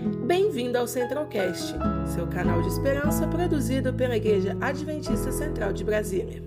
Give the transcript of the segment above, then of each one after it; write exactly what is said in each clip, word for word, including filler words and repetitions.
Bem-vindo ao Centralcast, seu canal de esperança produzido pela Igreja Adventista Central de Brasília.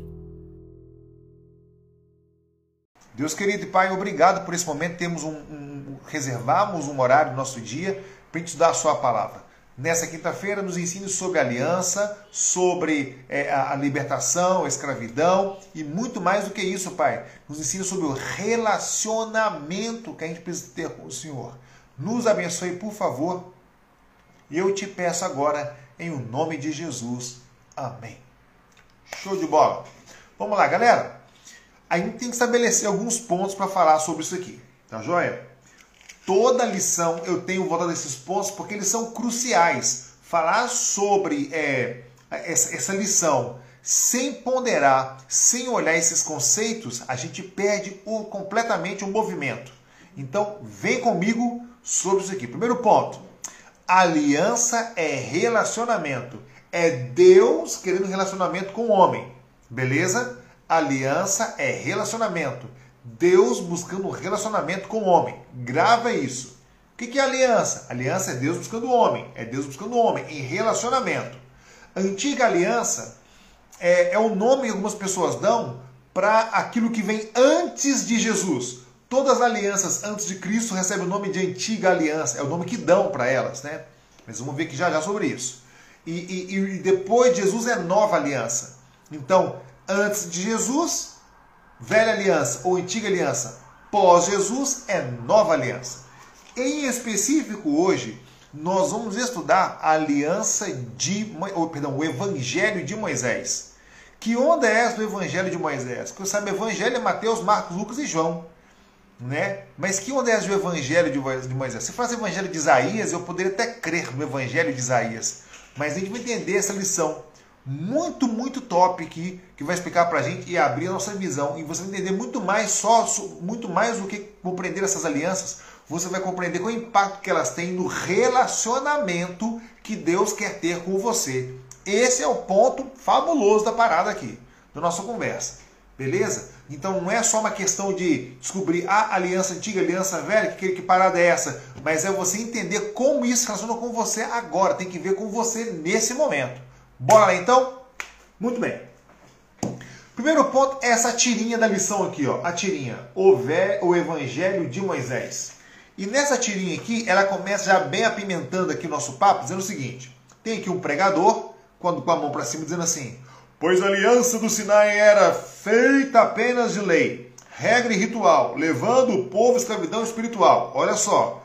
Deus querido e Pai, obrigado por esse momento. Temos um, um, reservamos um horário do nosso dia para a gente estudar a sua palavra. Nessa quinta-feira, nos ensine sobre a aliança, sobre é, a, a libertação, a escravidão e muito mais do que isso, Pai. Nos ensine sobre o relacionamento que a gente precisa ter com o Senhor. Nos abençoe, por favor. E eu te peço agora, em o nome de Jesus. Amém. Show de bola. Vamos lá, galera. A gente tem que estabelecer alguns pontos para falar sobre isso aqui. Tá joia? Toda lição eu tenho voltado a esses pontos porque eles são cruciais. Falar sobre é, essa, essa lição sem ponderar, sem olhar esses conceitos, a gente perde o, completamente o movimento. Então, vem comigo sobre isso aqui. Primeiro ponto. Aliança é relacionamento. É Deus querendo relacionamento com o homem. Beleza? Aliança é relacionamento. Deus buscando relacionamento com o homem. Grava isso. O que é aliança? Aliança é Deus buscando o homem. É Deus buscando o homem em relacionamento. Antiga aliança é, é o nome que algumas pessoas dão para aquilo que vem antes de Jesus. Todas as alianças antes de Cristo recebem o nome de antiga aliança. É o nome que dão para elas, né? Mas vamos ver aqui já já sobre isso. E, e, e depois de Jesus é nova aliança. Então, antes de Jesus, velha aliança ou antiga aliança. Pós-Jesus é nova aliança. Em específico, hoje, nós vamos estudar a aliança de, ou, perdão, o Evangelho de Moisés. Que onda é essa do Evangelho de Moisés? Porque você sabe, o Evangelho é Mateus, Marcos, Lucas e João. Né? Mas que onda é essa do Evangelho de Moisés? Se faz o Evangelho de Isaías, eu poderia até crer no Evangelho de Isaías. Mas a gente vai entender essa lição muito, muito top aqui, que vai explicar pra gente e abrir a nossa visão. E você vai entender muito mais, só, muito mais do que compreender essas alianças. Você vai compreender qual é o impacto que elas têm no relacionamento que Deus quer ter com você. Esse é o ponto fabuloso da parada aqui, da nossa conversa. Beleza? Então não é só uma questão de descobrir a aliança antiga, a aliança velha, que, que parada é essa, mas é você entender como isso se relaciona com você agora, tem que ver com você nesse momento. Bora lá então? Muito bem. Primeiro ponto é essa tirinha da lição aqui, ó, a tirinha, o, Vé, o Evangelho de Moisés. E nessa tirinha aqui, ela começa já bem apimentando aqui o nosso papo, dizendo o seguinte, tem aqui um pregador, quando com a mão para cima, dizendo assim: pois a aliança do Sinai era feita apenas de lei, regra e ritual, levando o povo à escravidão espiritual. Olha só.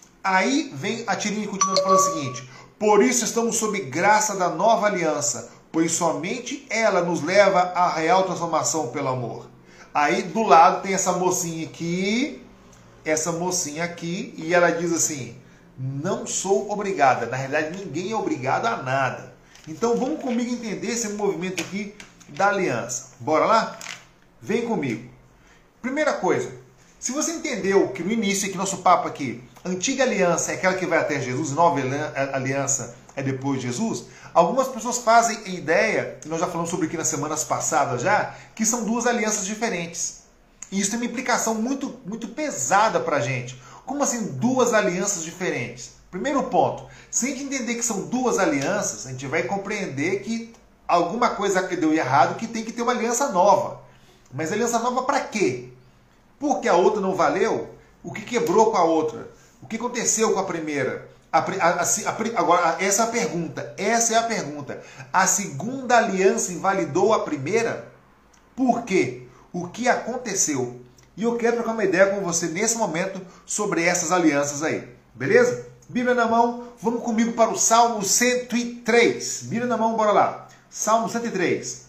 Aí vem a tirinha continuando falando o seguinte: por isso estamos sob graça da nova aliança, pois somente ela nos leva à real transformação pelo amor. Aí do lado tem essa mocinha aqui, essa mocinha aqui, e ela diz assim: não sou obrigada. Na realidade, ninguém é obrigado a nada. Então vamos comigo entender esse movimento aqui da aliança. Bora lá? Vem comigo. Primeira coisa, se você entendeu que no início aqui, nosso papo aqui, antiga aliança é aquela que vai até Jesus, nova aliança é depois de Jesus, algumas pessoas fazem a ideia, que nós já falamos sobre aqui nas semanas passadas já, que são duas alianças diferentes. E isso tem uma implicação muito, muito pesada para a gente. Como assim duas alianças diferentes? Primeiro ponto, se a gente entender que são duas alianças, a gente vai compreender que alguma coisa deu errado, que tem que ter uma aliança nova. Mas aliança nova para quê? Porque a outra não valeu? O que quebrou com a outra? O que aconteceu com a primeira? A, a, a, agora, essa é a pergunta. Essa é a pergunta. A segunda aliança invalidou a primeira? Por quê? O que aconteceu? E eu quero trocar uma ideia com você nesse momento sobre essas alianças aí. Beleza? Bíblia na mão, vamos comigo para o Salmo cento e três. Bíblia na mão, bora lá. Salmo cento e três.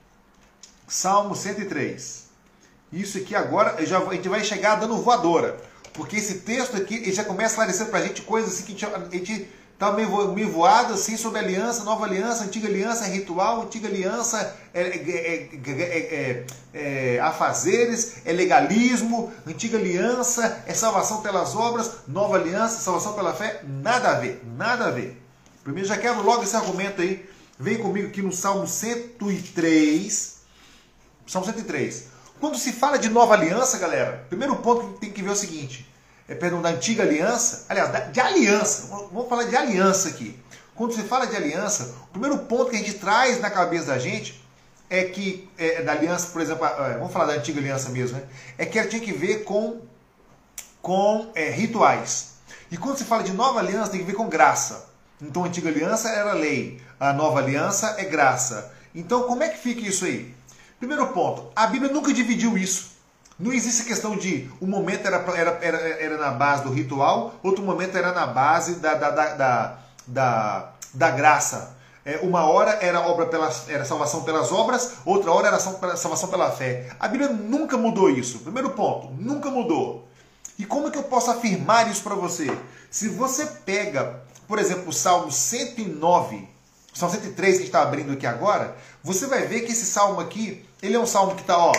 Salmo cento e três. Isso aqui agora, já, a gente vai chegar dando voadora. Porque esse texto aqui, ele já começa a esclarecer para a gente coisas assim que a gente está meio, meio voado assim, sobre aliança, nova aliança, antiga aliança é ritual, antiga aliança é, é, é, é, é, é afazeres, é legalismo, antiga aliança é salvação pelas obras, nova aliança, salvação pela fé, nada a ver, nada a ver. Primeiro já quebro logo esse argumento aí, vem comigo aqui no Salmo cento e três, Salmo cento e três. Quando se fala de nova aliança, galera, primeiro ponto que tem que ver é o seguinte, é, perdão, da antiga aliança, aliás, de aliança, vamos falar de aliança aqui. Quando você fala de aliança, o primeiro ponto que a gente traz na cabeça da gente é que, é, da aliança, por exemplo, é, vamos falar da antiga aliança mesmo, né? É que ela tinha que ver com, com é, rituais. E quando se fala de nova aliança, tem que ver com graça. Então a antiga aliança era lei, a nova aliança é graça. Então como é que fica isso aí? Primeiro ponto, a Bíblia nunca dividiu isso. Não existe questão de um momento era, era, era, era na base do ritual, outro momento era na base da, da, da, da, da, da graça. É, uma hora era, obra pela, era salvação pelas obras, outra hora era salvação pela fé. A Bíblia nunca mudou isso. Primeiro ponto, nunca mudou. E como é que eu posso afirmar isso para você? Se você pega, por exemplo, o Salmo cento e nove, o Salmo cento e três que a gente está abrindo aqui agora, você vai ver que esse salmo aqui, ele é um salmo que está, ó,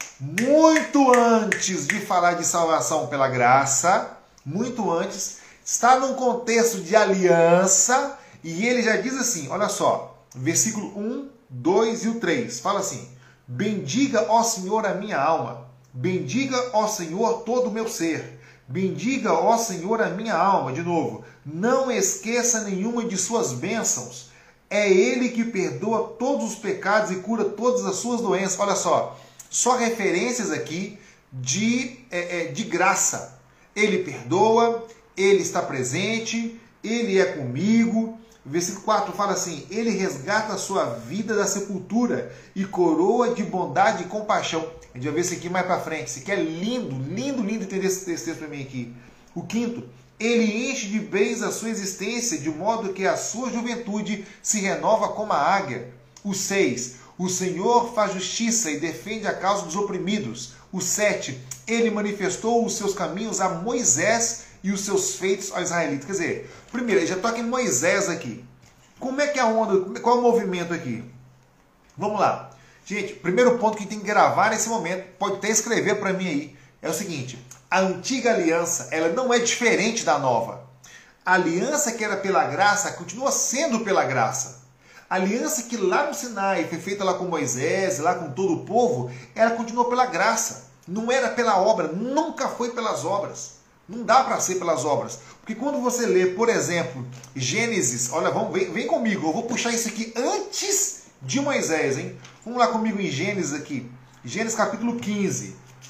muito antes de falar de salvação pela graça, muito antes, está num contexto de aliança, e ele já diz assim, olha só, versículo um, dois e o três, fala assim, bendiga, ó Senhor, a minha alma, bendiga, ó Senhor, todo o meu ser, bendiga, ó Senhor, a minha alma, de novo, não esqueça nenhuma de suas bênçãos, é Ele que perdoa todos os pecados e cura todas as suas doenças, olha só, só referências aqui de, é, é, de graça. Ele perdoa, Ele está presente, Ele é comigo. O versículo quatro fala assim, Ele resgata a sua vida da sepultura e coroa de bondade e compaixão. A gente vai ver isso aqui mais para frente. Isso aqui é lindo, lindo, lindo entender esse texto para mim aqui. O quinto, Ele enche de bens a sua existência, de modo que a sua juventude se renova como a águia. O seis, o Senhor faz justiça e defende a causa dos oprimidos. O sete, Ele manifestou os seus caminhos a Moisés e os seus feitos aos israelitas. Quer dizer, primeiro, ele já toca em Moisés aqui. Como é que é a onda, qual é o movimento aqui? Vamos lá. Gente, primeiro ponto que tem que gravar nesse momento, pode até escrever para mim aí, é o seguinte, a antiga aliança, ela não é diferente da nova. A aliança que era pela graça, continua sendo pela graça. A aliança que lá no Sinai foi feita lá com Moisés, lá com todo o povo, ela continuou pela graça. Não era pela obra, nunca foi pelas obras. Não dá para ser pelas obras. Porque quando você lê, por exemplo, Gênesis, olha, vamos, vem, vem comigo, eu vou puxar isso aqui antes de Moisés, hein? Vamos lá comigo em Gênesis aqui. Gênesis capítulo quinze.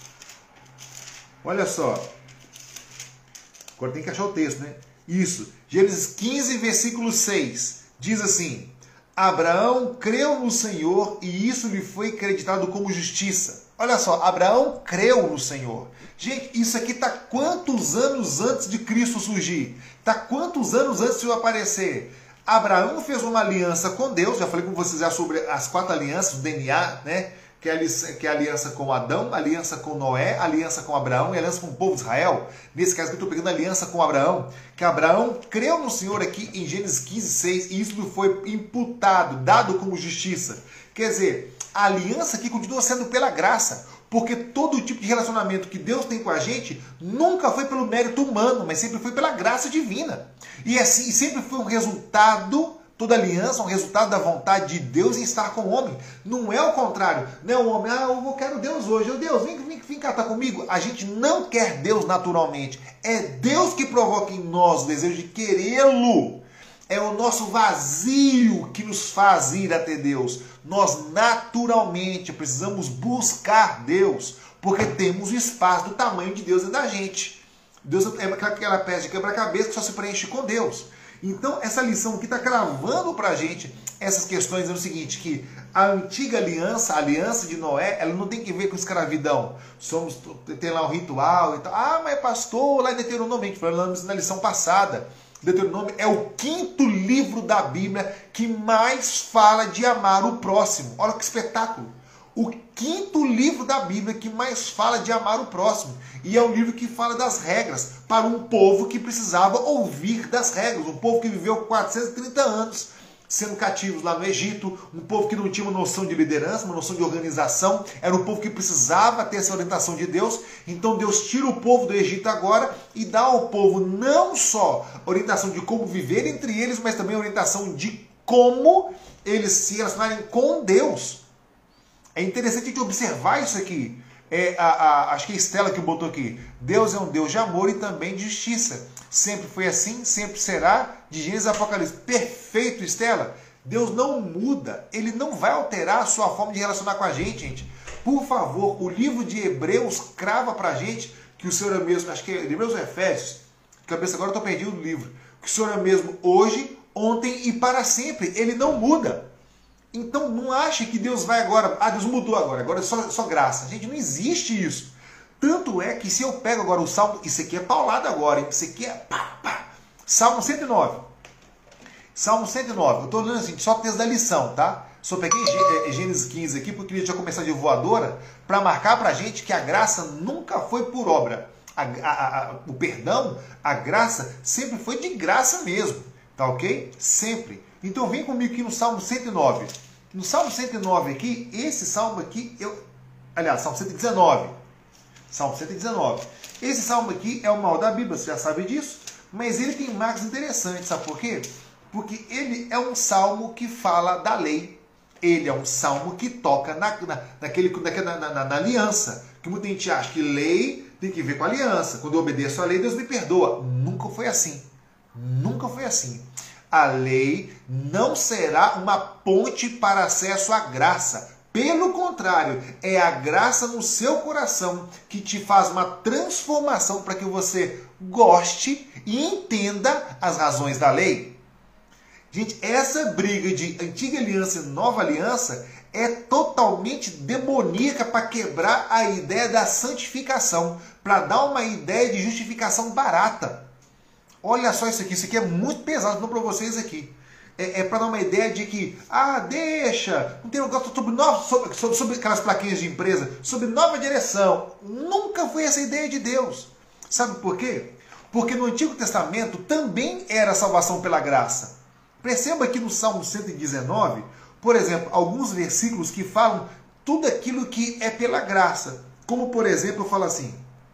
Olha só. Agora tem que achar o texto, né? Isso. Gênesis quinze, versículo seis. Diz assim, Abraão creu no Senhor e isso lhe foi acreditado como justiça. Olha só, Abraão creu no Senhor. Gente, isso aqui está quantos anos antes de Cristo surgir? Está quantos anos antes de eu aparecer? Abraão fez uma aliança com Deus, já falei com vocês já sobre as quatro alianças, o D N A, né? Que é, a, que é a aliança com Adão, a aliança com Noé, a aliança com Abraão e a aliança com o povo de Israel. Nesse caso aqui eu estou pegando a aliança com Abraão, que Abraão creu no Senhor aqui em Gênesis quinze, seis, e isso lhe foi imputado, dado como justiça. Quer dizer, a aliança aqui continua sendo pela graça, porque todo tipo de relacionamento que Deus tem com a gente nunca foi pelo mérito humano, mas sempre foi pela graça divina. E assim, sempre foi um resultado, toda aliança, um resultado da vontade de Deus em estar com o homem. Não é o contrário. Não é o homem, ah, eu quero Deus hoje. Oh, Deus, vem, vem, vem cá, tá comigo. A gente não quer Deus naturalmente. É Deus que provoca em nós o desejo de querê-lo. É o nosso vazio que nos faz ir até Deus. Nós naturalmente precisamos buscar Deus, porque temos o espaço do tamanho de Deus dentro da gente. Deus é aquela peça de quebra-cabeça que só se preenche com Deus. Então, essa lição aqui está cravando para a gente essas questões, é o seguinte, que a antiga aliança, a aliança de Noé, ela não tem que ver com escravidão. Somos, tem lá um ritual e tal. Ah, mas pastor, lá em Deuteronômio, a gente falamos na lição passada. Deuteronômio é o quinto livro da Bíblia que mais fala de amar o próximo. Olha que espetáculo! O quinto livro da Bíblia que mais fala de amar o próximo. E é um livro que fala das regras para um povo que precisava ouvir das regras. Um povo que viveu quatrocentos e trinta anos sendo cativos lá no Egito. Um povo que não tinha uma noção de liderança, uma noção de organização. Era um povo que precisava ter essa orientação de Deus. Então Deus tira o povo do Egito agora e dá ao povo não só orientação de como viver entre eles, mas também orientação de como eles se relacionarem com Deus. É interessante a gente observar isso aqui. É, a, a, acho que é a Estela que botou aqui. Deus é um Deus de amor e também de justiça. Sempre foi assim, sempre será, de Gênesis a Apocalipse. Perfeito, Estela. Deus não muda, ele não vai alterar a sua forma de relacionar com a gente, gente. Por favor, o livro de Hebreus crava pra gente que o Senhor é mesmo, acho que é Hebreus ou Efésios, cabeça agora eu tô perdido no livro, que o Senhor é mesmo hoje, ontem e para sempre. Ele não muda. Então não ache que Deus vai agora, ah, Deus mudou agora, agora é só, só graça. Gente, não existe isso. Tanto é que se eu pego agora o Salmo, isso aqui é paulado agora, hein? Isso aqui é pá, pá. Salmo cento e nove. Salmo cento e nove. Eu estou olhando assim, só o texto da lição, tá? Só peguei Gênesis quinze aqui, porque eu queria já começar de voadora, para marcar pra gente que a graça nunca foi por obra. A, a, a, o perdão, a graça, sempre foi de graça mesmo. Tá ok? Sempre. Então vem comigo aqui no Salmo cento e nove. No Salmo cento e nove aqui, esse Salmo aqui, eu... aliás, Salmo cento e dezenove. Salmo cento e dezenove. Esse Salmo aqui é o mal da Bíblia, você já sabe disso, mas ele tem marcas interessantes, sabe por quê? Porque ele é um Salmo que fala da lei. Ele é um Salmo que toca na, na, naquele, na, na, na, na aliança. Que muita gente acha que lei tem que ver com aliança. Quando eu obedeço a lei, Deus me perdoa. Nunca foi assim. Nunca foi assim. A lei não será uma ponte para acesso à graça. Pelo contrário, é a graça no seu coração que te faz uma transformação para que você goste e entenda as razões da lei. Gente, essa briga de antiga aliança e nova aliança é totalmente demoníaca para quebrar a ideia da santificação, para dar uma ideia de justificação barata. Olha só isso aqui, isso aqui é muito pesado, não para vocês aqui. É, é para dar uma ideia de que, ah, deixa, não tem lugar sobre, nova, sobre, sobre, sobre aquelas plaquinhas de empresa, sobre nova direção. Nunca foi essa a ideia de Deus. Sabe por quê? Porque no Antigo Testamento também era salvação pela graça. Perceba aqui no Salmo cento e dezenove, por exemplo, alguns versículos que falam tudo aquilo que é pela graça. Como, por exemplo, eu falo assim,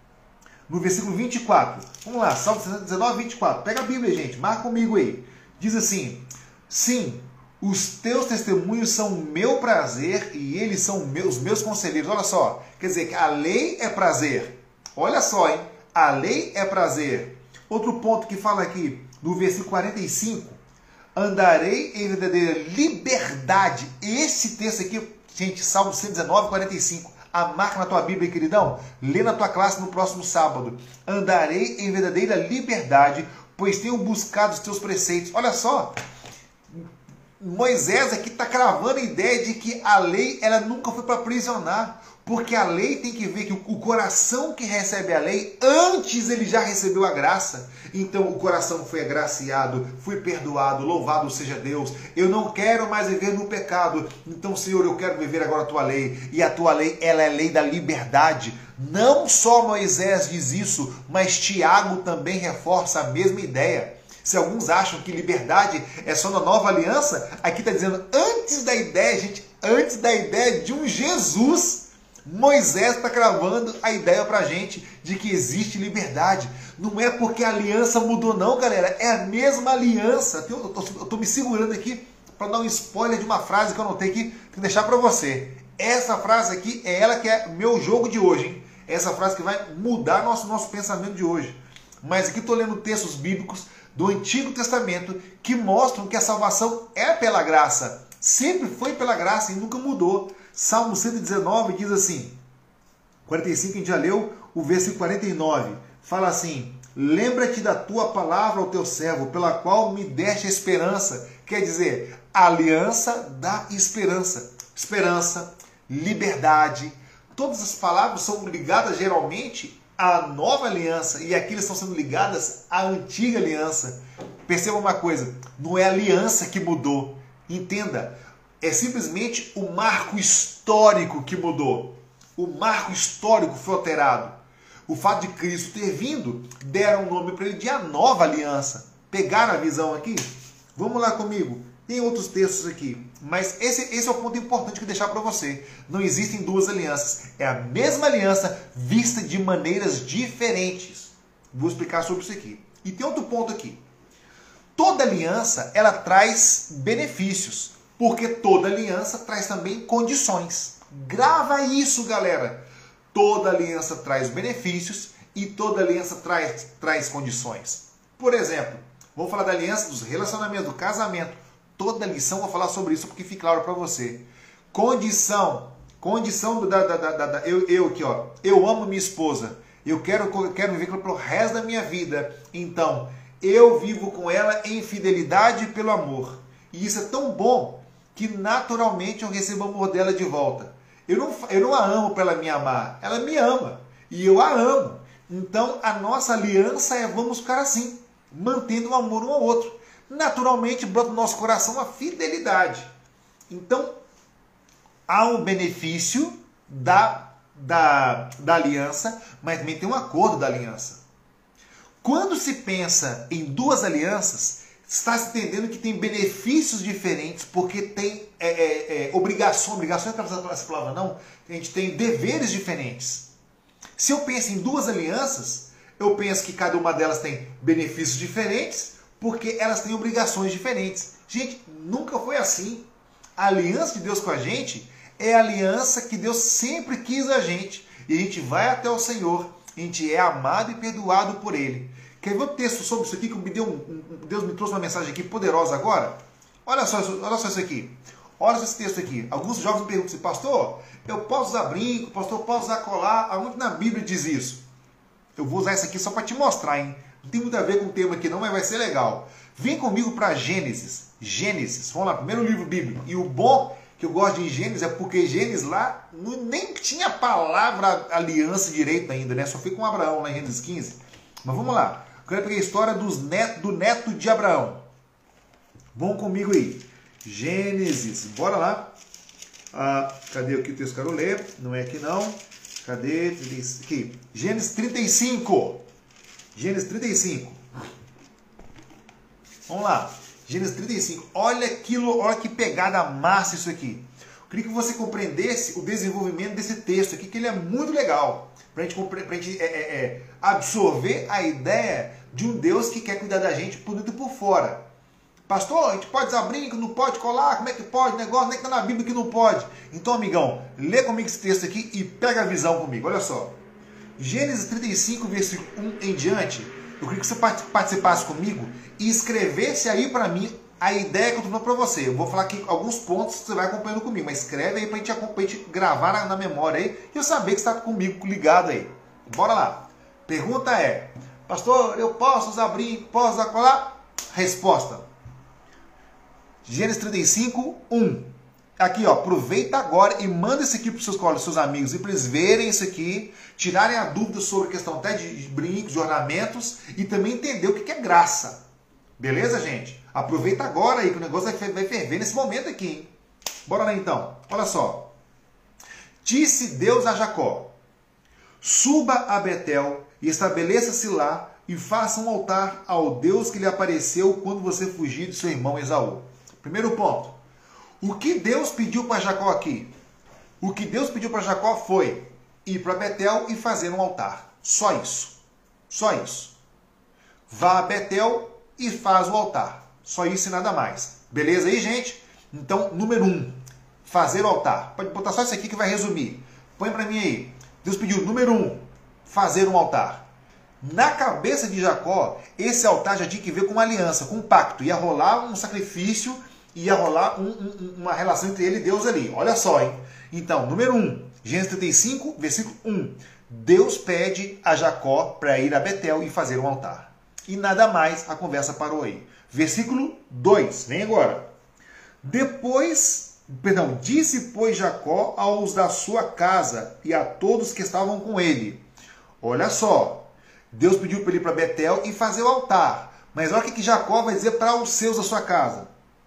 no versículo vinte e quatro. Vamos lá, Salmo cento e dezenove, vinte e quatro. Pega a Bíblia, gente, marca comigo aí. Diz assim, sim, os teus testemunhos são o meu prazer e eles são meus, os meus conselheiros. Olha só, quer dizer que a lei é prazer. Olha só, hein? A lei é prazer. Outro ponto que fala aqui, no versículo quarenta e cinco. Andarei em verdadeira liberdade. Esse texto aqui, gente, Salmo cento e dezenove, quarenta e cinco. A marca na tua Bíblia, queridão. Lê na tua classe no próximo sábado. Andarei em verdadeira liberdade, pois tenho buscado os teus preceitos. Olha só. Moisés aqui está cravando a ideia de que a lei ela nunca foi para aprisionar. Porque a lei tem que ver que o coração que recebe a lei, antes ele já recebeu a graça. Então o coração foi agraciado, foi perdoado, louvado seja Deus. Eu não quero mais viver no pecado. Então, Senhor, eu quero viver agora a tua lei. E a tua lei, ela é a lei da liberdade. Não só Moisés diz isso, mas Tiago também reforça a mesma ideia. Se alguns acham que liberdade é só na nova aliança, aqui está dizendo antes da ideia, gente, antes da ideia de um Jesus, Moisés está cravando a ideia para a gente de que existe liberdade. Não é porque a aliança mudou não, galera. É a mesma aliança. Eu estou me segurando aqui para dar um spoiler de uma frase que eu anotei aqui, que deixar para você. Essa frase aqui é ela que é meu jogo de hoje, hein? Essa frase que vai mudar nosso, nosso pensamento de hoje. Mas aqui estou lendo textos bíblicos do Antigo Testamento que mostram que a salvação é pela graça. Sempre foi pela graça e nunca mudou. Salmo cento e dezenove diz assim, quarenta e cinco a gente já leu, o versículo quarenta e nove, fala assim, lembra-te da tua palavra ao teu servo, pela qual me deste a esperança. Quer dizer, a aliança da esperança. Esperança, liberdade, todas as palavras são ligadas geralmente à nova aliança e aqui estão sendo ligadas à antiga aliança. Perceba uma coisa, não é a aliança que mudou, entenda. É simplesmente o marco histórico que mudou. O marco histórico foi alterado. O fato de Cristo ter vindo, deram um nome para ele de a nova aliança. Pegaram a visão aqui? Vamos lá comigo. Tem outros textos aqui. Mas esse, esse é o ponto importante que eu vou deixar para você. Não existem duas alianças. É a mesma aliança vista de maneiras diferentes. Vou explicar sobre isso aqui. E tem outro ponto aqui. Toda aliança, ela traz benefícios. Porque toda aliança traz também condições. Grava isso, galera. Toda aliança traz benefícios e toda aliança traz, traz condições. Por exemplo, vou falar da aliança dos relacionamentos, do casamento. Toda lição eu vou falar sobre isso porque fique claro para você. Condição, condição da, da, da, da eu, eu aqui, ó, eu amo minha esposa, eu quero, eu quero viver pelo resto da minha vida, então eu vivo com ela em fidelidade pelo amor. E isso é tão bom que naturalmente eu recebo o amor dela de volta. Eu não, eu não a amo para ela me amar, ela me ama e eu a amo. Então a nossa aliança é vamos ficar assim, mantendo o amor um ao outro. Naturalmente brota no nosso coração a fidelidade. Então há um benefício da, da, da aliança, mas também tem um acordo da aliança. Quando se pensa em duas alianças, está se entendendo que tem benefícios diferentes, porque tem é, é, é, obrigação, obrigação não é para essa palavra não, a gente tem deveres diferentes. Se eu penso em duas alianças, eu penso que cada uma delas tem benefícios diferentes, porque elas têm obrigações diferentes. Gente, nunca foi assim. A aliança de Deus com a gente é a aliança que Deus sempre quis a gente. E a gente vai até o Senhor, a gente é amado e perdoado por Ele. Quer ver o texto sobre isso aqui que me deu um, um, Deus me trouxe uma mensagem aqui poderosa agora? Olha só, olha só isso aqui. Olha só esse texto aqui. Alguns jovens me perguntam assim, pastor, eu posso usar brinco, pastor, eu posso usar colar? Aonde na Bíblia diz isso? Eu vou usar isso aqui só para te mostrar, hein? Não tem muito a ver com o tema aqui não, mas vai ser legal. Vem comigo para Gênesis. Gênesis, vamos lá, primeiro livro bíblico. E o bom que eu gosto de Gênesis é porque Gênesis lá não, nem tinha a palavra aliança direito ainda, né? Só foi com Abraão lá em Gênesis quinze. Mas vamos lá. Eu quero pegar a história dos neto, do neto de Abraão. Vão comigo aí. Gênesis, bora lá. Ah, cadê aqui o texto que eu quero ler? Não é aqui não. Cadê? Aqui. Gênesis trinta e cinco. Gênesis trinta e cinco. Vamos lá. Gênesis trinta e cinco. Olha aquilo, olha que pegada massa isso aqui. Eu queria que você compreendesse o desenvolvimento desse texto aqui, que ele é muito legal. Para a gente, pra gente é, é, é, absorver a ideia de um Deus que quer cuidar da gente por dentro e por fora. Pastor, a gente pode usar brinco, não pode colar, como é que pode? Negócio, nem que está na Bíblia que não pode. Então, amigão, lê comigo esse texto aqui e pega a visão comigo. Olha só. Gênesis trinta e cinco, versículo um em diante, eu queria que você participasse comigo e escrevesse aí para mim a ideia que eu estou falando para você. Eu vou falar aqui alguns pontos que você vai acompanhando comigo, mas escreve aí para a gente, gente gravar na, na memória aí e eu saber que você está comigo ligado aí. Bora lá. Pergunta é, pastor, eu posso usar brinco, posso usar colar? Resposta. Gênesis trinta e cinco, um. Aqui, ó, aproveita agora e manda isso aqui para os seus colegas, seus amigos, e para eles verem isso aqui, tirarem a dúvida sobre a questão até de brincos, de ornamentos, e também entender o que é graça. Beleza, gente? Aproveita agora aí, que o negócio vai ferver nesse momento aqui, hein? Bora lá então. Olha só. Disse Deus a Jacó, suba a Betel e estabeleça-se lá e faça um altar ao Deus que lhe apareceu quando você fugir de seu irmão Esaú. Primeiro ponto. O que Deus pediu para Jacó aqui? O que Deus pediu para Jacó foi ir para Betel e fazer um altar. Só isso. Só isso. Vá a Betel e faz o altar. Só isso e nada mais. Beleza aí, gente? Então, número um, fazer o altar. Pode botar só isso aqui que vai resumir. Põe para mim aí. Deus pediu, número um, fazer um altar. Na cabeça de Jacó, esse altar já tinha que ver com uma aliança, com um pacto. Ia rolar um sacrifício, ia rolar um, um, uma relação entre ele e Deus ali. Olha só, hein? Então, número um, Gênesis trinta e cinco, versículo um. Deus pede a Jacó para ir a Betel e fazer um altar. E nada mais, a conversa parou aí. Versículo dois, vem agora. Depois, perdão, disse, pois, Jacó aos da sua casa e a todos que estavam com ele. Olha só, Deus pediu para ele ir para Betel e fazer o altar. Mas olha o que Jacó vai dizer para os seus da sua casa.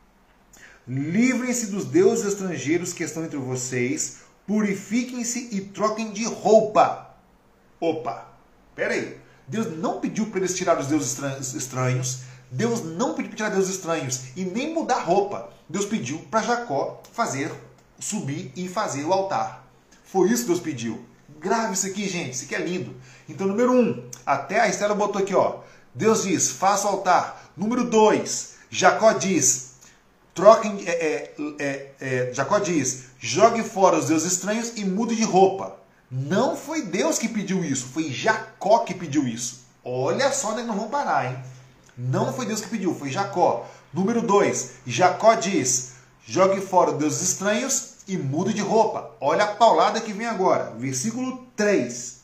Livrem-se dos deuses estrangeiros que estão entre vocês, purifiquem-se e troquem de roupa. Opa, peraí. Deus não pediu para eles tirar os deuses estranhos, Deus não pediu para tirar deuses estranhos e nem mudar roupa. Deus pediu para Jacó fazer, subir e fazer o altar. Foi isso que Deus pediu. Grave isso aqui, gente, isso aqui é lindo. Então, número um, até a Estela botou aqui, ó. Deus diz, faça o altar. Número dois, Jacó diz, troquem, é, é, é, é, Jacó diz, jogue fora os deuses estranhos e mude de roupa. Não foi Deus que pediu isso, foi Jacó que pediu isso. Olha só onde nós vamos parar, hein? Não foi Deus que pediu, foi Jacó. Número dois, Jacó diz, jogue fora deuses estranhos e mude de roupa. Olha a paulada que vem agora. Versículo três.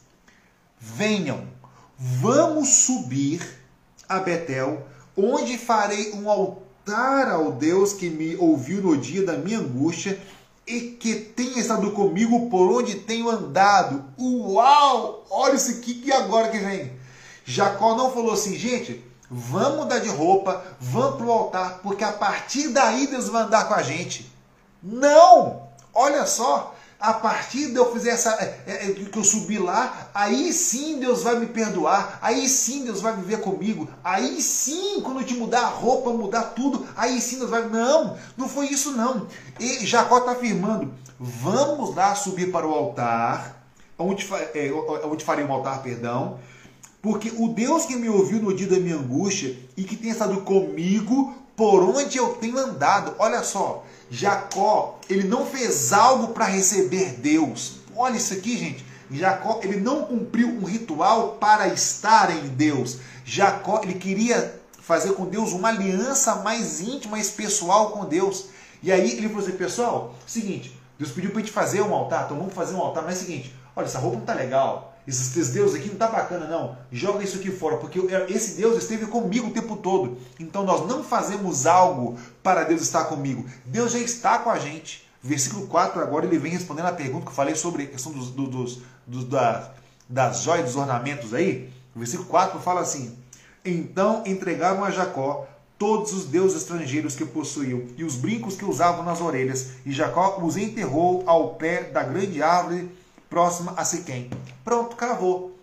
Venham, vamos subir a Betel, onde farei um altar ao Deus que me ouviu no dia da minha angústia e que tem estado comigo por onde tenho andado. Uau! Olha isso aqui que agora que vem. Jacó não falou assim, gente, vamos mudar de roupa, vamos para o altar, porque a partir daí Deus vai andar com a gente. Não! Olha só, a partir de eu fizer essa, é, é, que eu subir lá, aí sim Deus vai me perdoar, aí sim Deus vai viver comigo, aí sim, quando eu te mudar a roupa, mudar tudo, aí sim Deus vai... Não, não foi isso não. E Jacó está afirmando, vamos lá subir para o altar, onde, é, onde farei um altar, perdão, porque o Deus que me ouviu no dia da minha angústia e que tem estado comigo por onde eu tenho andado. Olha só, Jacó, ele não fez algo para receber Deus. Olha isso aqui, gente. Jacó, ele não cumpriu um ritual para estar em Deus. Jacó, ele queria fazer com Deus uma aliança mais íntima, mais pessoal com Deus. E aí ele falou assim, pessoal, seguinte, Deus pediu para a gente fazer um altar, então vamos fazer um altar, mas é o seguinte, olha, essa roupa não tá legal. Esses, esses deuses aqui não tá bacana não, joga isso aqui fora, porque esse Deus esteve comigo o tempo todo, então nós não fazemos algo para Deus estar comigo, Deus já está com a gente. Versículo quatro agora ele vem respondendo a pergunta que eu falei sobre a questão dos, dos, dos, das, das joias, dos ornamentos aí. Versículo quatro fala assim, então entregaram a Jacó todos os deuses estrangeiros que possuíam e os brincos que usavam nas orelhas, e Jacó os enterrou ao pé da grande árvore próxima a Siquém. Pronto, cravou.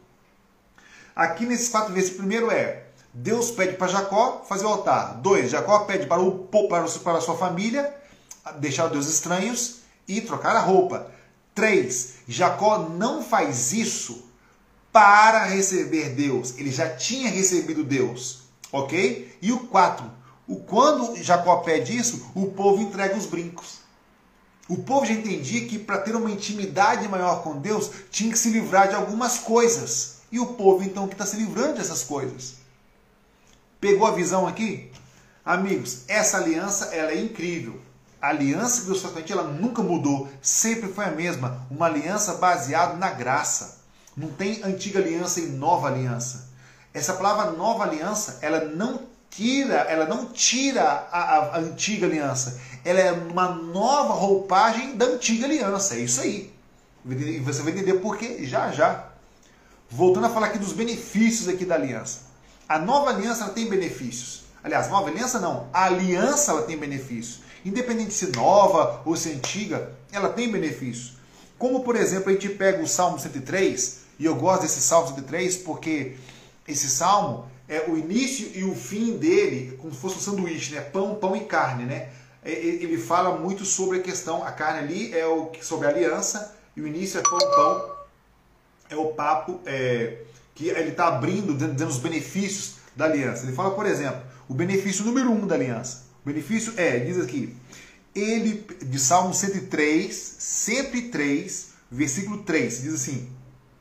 Aqui nesses quatro versículos, primeiro é, Deus pede para Jacó fazer o altar. Dois, Jacó pede para, o, para, para a sua família deixar os deuses estranhos e trocar a roupa. Três, Jacó não faz isso para receber Deus. Ele já tinha recebido Deus. Ok? E o quatro, o, quando Jacó pede isso, o povo entrega os brincos. O povo já entendia que para ter uma intimidade maior com Deus, tinha que se livrar de algumas coisas. E o povo então que está se livrando dessas coisas. Pegou a visão aqui? Amigos, essa aliança ela é incrível. A aliança que Deus fez com a gente, ela nunca mudou. Sempre foi a mesma. Uma aliança baseada na graça. Não tem antiga aliança e nova aliança. Essa palavra nova aliança, ela não tira, ela não tira a, a, a antiga aliança. Ela é uma nova roupagem da antiga aliança. É isso aí. E você vai entender por quê já já. Voltando a falar aqui dos benefícios aqui da aliança. A nova aliança ela tem benefícios. Aliás, nova aliança não. A aliança ela tem benefícios. Independente se nova ou se antiga, ela tem benefícios. Como, por exemplo, a gente pega o Salmo cento e três, e eu gosto desse Salmo cento e três porque esse Salmo, é o início e o fim dele, como se fosse um sanduíche, né? Pão, pão e carne, né? Ele fala muito sobre a questão, a carne ali é o, sobre a aliança, e o início é pão, pão, é o papo, é, que ele está abrindo, dando os benefícios da aliança. Ele fala, por exemplo, o benefício número um da aliança. O benefício é, diz aqui, ele, de Salmo cento e três, cento e três, versículo três, diz assim,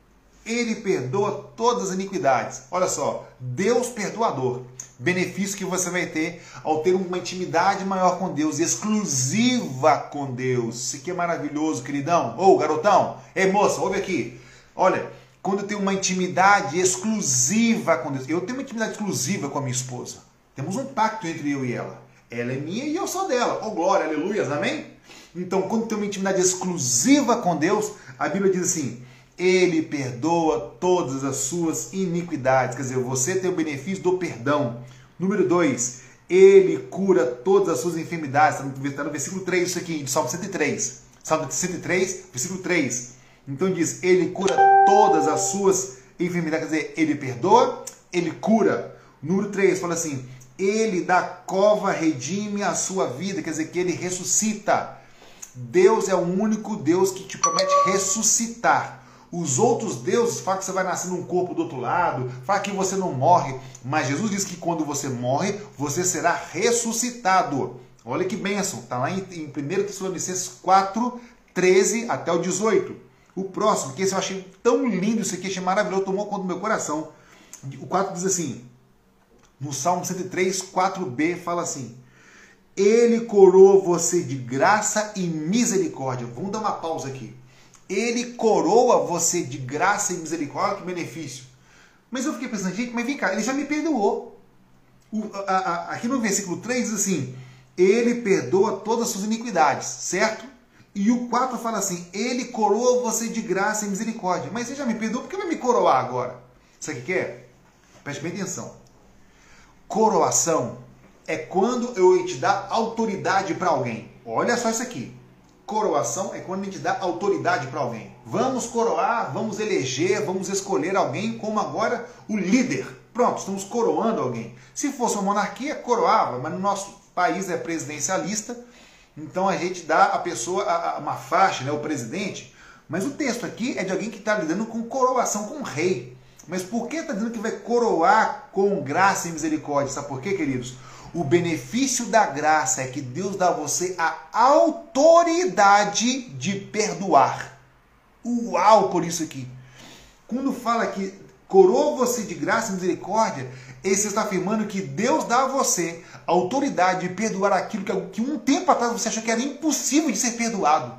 ele perdoa todas as iniquidades. Olha só, Deus perdoador. Benefício que você vai ter ao ter uma intimidade maior com Deus, exclusiva com Deus. Isso aqui é maravilhoso, queridão. Ô, garotão, ei, moça, ouve aqui. Olha, quando eu tenho uma intimidade exclusiva com Deus, eu tenho uma intimidade exclusiva com a minha esposa. Temos um pacto entre eu e ela. Ela é minha e eu sou dela. Oh, glória, aleluias, amém? Então, quando eu tenho uma intimidade exclusiva com Deus, a Bíblia diz assim, ele perdoa todas as suas iniquidades. Quer dizer, você tem o benefício do perdão. Número dois, ele cura todas as suas enfermidades. Está no versículo três isso aqui, de Salmo cento e três. Salmo cento e três, versículo três. Então diz, ele cura todas as suas enfermidades. Quer dizer, ele perdoa, ele cura. Número três, fala assim, ele da cova redime a sua vida. Quer dizer, que ele ressuscita. Deus é o único Deus que te promete ressuscitar. Os outros deuses falam que você vai nascer num corpo do outro lado, falam que você não morre, mas Jesus diz que quando você morre, você será ressuscitado. Olha que bênção, está lá em, em primeira Tessalonicenses quatro, treze até o dezoito. O próximo, que esse eu achei tão lindo, isso aqui achei maravilhoso, tomou conta do meu coração. O quatro diz assim, no Salmo cento e três, quatro b, fala assim: Ele coroa você de graça e misericórdia. Vamos dar uma pausa aqui. Ele coroa você de graça e misericórdia, que benefício. Mas eu fiquei pensando, gente, mas vem cá, ele já me perdoou. O, a, a, aqui no versículo três diz assim, ele perdoa todas as suas iniquidades, certo? E o quatro fala assim, ele coroa você de graça e misericórdia. Mas você já me perdoou, por que vai me coroar agora? Sabe o que é? Preste bem atenção. Coroação é quando eu te dar autoridade para alguém. Olha só isso aqui. Coroação é quando a gente dá autoridade para alguém. Vamos coroar, vamos eleger, vamos escolher alguém como agora o líder. Pronto, estamos coroando alguém. Se fosse uma monarquia, coroava, mas no nosso país é presidencialista, então a gente dá a pessoa a, a, uma faixa, né, o presidente. Mas o texto aqui é de alguém que está lidando com coroação, com o rei. Mas por que está dizendo que vai coroar com graça e misericórdia? Sabe por quê, queridos? O benefício da graça é que Deus dá a você a autoridade de perdoar. Uau, por isso aqui. Quando fala que coroa você de graça e misericórdia, ele está afirmando que Deus dá a você a autoridade de perdoar aquilo que, que um tempo atrás você achou que era impossível de ser perdoado.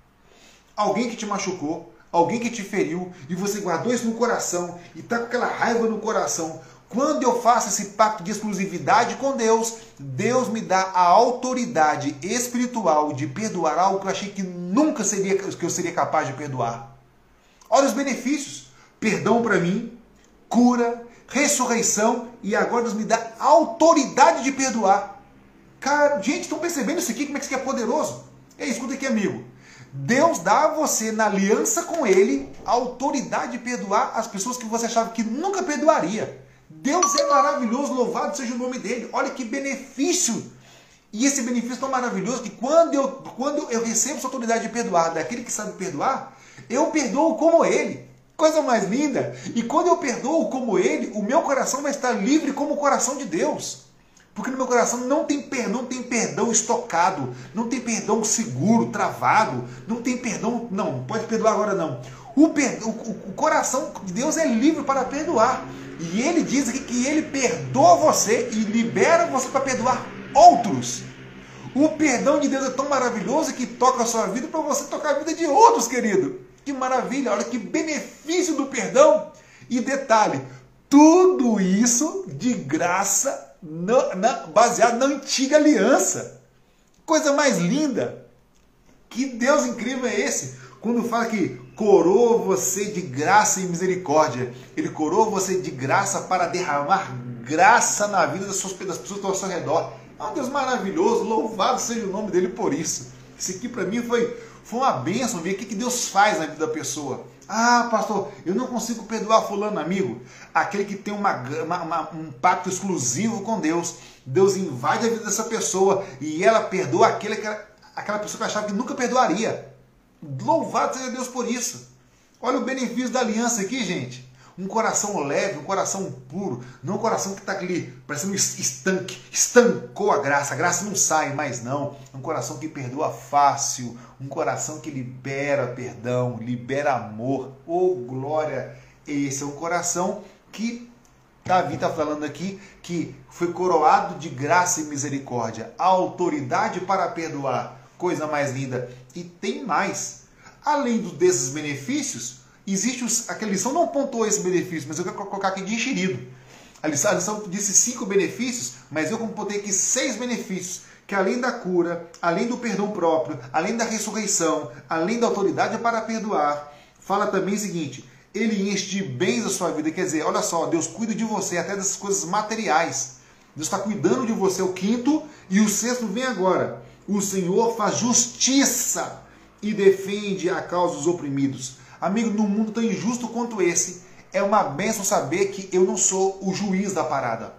Alguém que te machucou, alguém que te feriu, e você guardou isso no coração, e está com aquela raiva no coração. Quando eu faço esse pacto de exclusividade com Deus, Deus me dá a autoridade espiritual de perdoar algo que eu achei que nunca seria, que eu seria capaz de perdoar. Olha os benefícios. Perdão para mim, cura, ressurreição, e agora Deus me dá a autoridade de perdoar. Cara, gente, estão percebendo isso aqui? Como é que isso aqui é poderoso? É, escuta aqui, amigo. Deus dá a você, na aliança com Ele, a autoridade de perdoar as pessoas que você achava que nunca perdoaria. Deus é maravilhoso, louvado seja o nome dele. Olha que benefício. E esse benefício é tão maravilhoso que quando eu, quando eu recebo essa autoridade de perdoar daquele que sabe perdoar, eu perdoo como ele. Coisa mais linda. E quando eu perdoo como ele, o meu coração vai estar livre como o coração de Deus. Porque no meu coração não tem perdão, não tem perdão estocado, não tem perdão seguro, travado, não tem perdão, não, pode perdoar agora não. O, perdão, o, o coração de Deus é livre para perdoar. E ele diz aqui que ele perdoa você e libera você para perdoar outros. O perdão de Deus é tão maravilhoso que toca a sua vida para você tocar a vida de outros, querido. Que maravilha, olha que benefício do perdão. E detalhe, tudo isso de graça, na, na, baseado na antiga aliança. Coisa mais linda. Que Deus incrível é esse? Quando fala que coroa você de graça e misericórdia. Ele coroa você de graça para derramar graça na vida das, suas, das pessoas que estão ao seu redor. É um Deus maravilhoso, louvado seja o nome dele por isso. Isso aqui para mim foi, foi uma bênção, ver o que Deus faz na vida da pessoa. Ah, pastor, eu não consigo perdoar fulano, amigo. Aquele que tem uma, uma, uma, um pacto exclusivo com Deus. Deus invade a vida dessa pessoa e ela perdoa aquele, aquela pessoa que achava que nunca perdoaria. Louvado seja Deus por isso. Olha o benefício da aliança aqui, gente. Um coração leve, um coração puro. Não um coração que está ali, parecendo um estanque. Estancou a graça. A graça não sai mais, não. Um coração que perdoa fácil. Um coração que libera perdão, libera amor. Oh, glória! Esse é um coração que Davi está falando aqui que foi coroado de graça e misericórdia. A autoridade para perdoar. Coisa mais linda. E tem mais. Além desses benefícios, existe os, aquela lição não pontuou esse benefício, mas eu quero colocar aqui de enxerido. A lição, a lição disse cinco benefícios, mas eu computei aqui seis benefícios, que além da cura, além do perdão próprio, além da ressurreição, além da autoridade para perdoar, fala também o seguinte, ele enche de bens a sua vida, quer dizer, olha só, Deus cuida de você até dessas coisas materiais. Deus está cuidando de você, o quinto, e o sexto vem agora. O Senhor faz justiça e defende a causa dos oprimidos. Amigo, num mundo tão injusto quanto esse, é uma bênção saber que eu não sou o juiz da parada.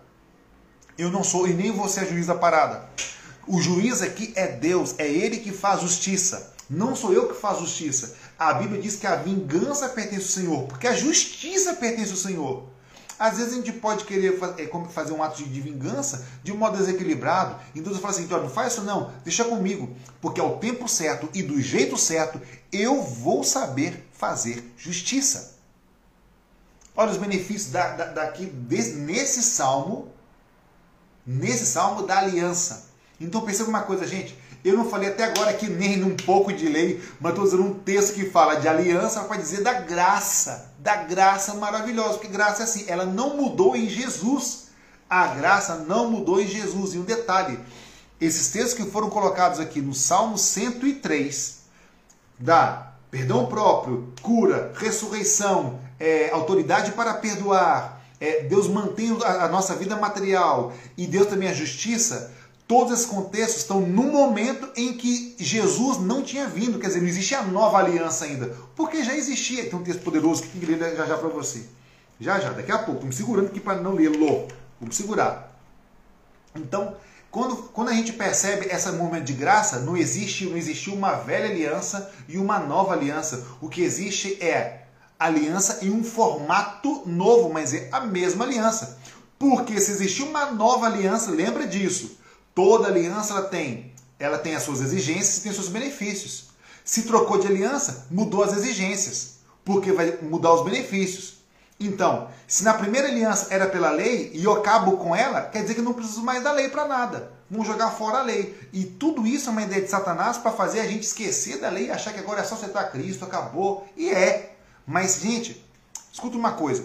Eu não sou, e nem você é juiz da parada. O juiz aqui é Deus, é Ele que faz justiça. Não sou eu que faço justiça. A Bíblia diz que a vingança pertence ao Senhor, porque a justiça pertence ao Senhor. Às vezes a gente pode querer fazer um ato de vingança de um modo desequilibrado. Então Deus fala assim, não faz isso não, deixa comigo. Porque ao tempo certo e do jeito certo, eu vou saber fazer justiça. Olha os benefícios da, da, daqui, desse, nesse salmo, nesse salmo da aliança. Então perceba uma coisa, gente. Eu não falei até agora aqui nem um pouco de lei, mas estou usando um texto que fala de aliança para dizer da graça. Da graça maravilhosa. Porque graça é assim, ela não mudou em Jesus. A graça não mudou em Jesus. E um detalhe, esses textos que foram colocados aqui no Salmo cento e três, da perdão próprio, cura, ressurreição, é, autoridade para perdoar, é, Deus mantém a, a nossa vida material e Deus também a justiça, todos esses contextos estão no momento em que Jesus não tinha vindo, quer dizer, não existia a nova aliança ainda, porque já existia. Tem um texto poderoso que eu ler já já para você. Já já, daqui a pouco, estou me segurando aqui para não lê-lo, vou me segurar. Então, quando, quando a gente percebe esse momento de graça, não existe, não existiu uma velha aliança e uma nova aliança. O que existe é aliança em um formato novo, mas é a mesma aliança. Porque se existir uma nova aliança, lembra disso. Toda aliança ela tem, ela tem as suas exigências e tem os seus benefícios. Se trocou de aliança, mudou as exigências, porque vai mudar os benefícios. Então, se na primeira aliança era pela lei e eu acabo com ela, quer dizer que eu não preciso mais da lei para nada. Vamos jogar fora a lei. E tudo isso é uma ideia de Satanás para fazer a gente esquecer da lei e achar que agora é só aceitar Cristo, acabou. E é. Mas, gente, escuta uma coisa.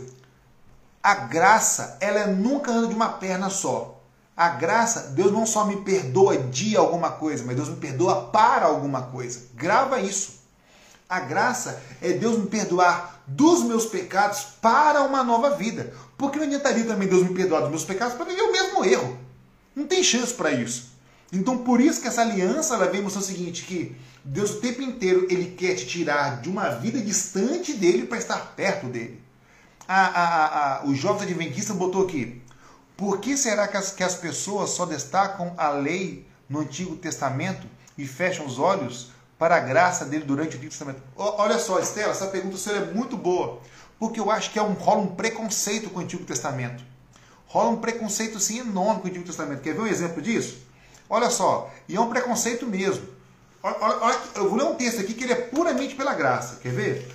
A graça, ela nunca anda de uma perna só. A graça, Deus não só me perdoa de alguma coisa, mas Deus me perdoa para alguma coisa. Grava isso. A graça é Deus me perdoar dos meus pecados para uma nova vida. Porque não adiantaria também Deus me perdoar dos meus pecados para viver o mesmo erro. Não tem chance para isso. Então por isso que essa aliança ela vem mostrar o seguinte, que Deus o tempo inteiro ele quer te tirar de uma vida distante dele para estar perto dele. A, a, a, o jovem adventista botou aqui, por que será que as, que as pessoas só destacam a lei no Antigo Testamento e fecham os olhos para a graça dele durante o Antigo Testamento? Olha só, Estela, essa pergunta sua é muito boa, porque eu acho que é um, rola um preconceito com o Antigo Testamento. Rola um preconceito sim enorme com o Antigo Testamento. Quer ver um exemplo disso? Olha só, e é um preconceito mesmo. Olha, olha, olha, eu vou ler um texto aqui que ele é puramente pela graça. Quer ver?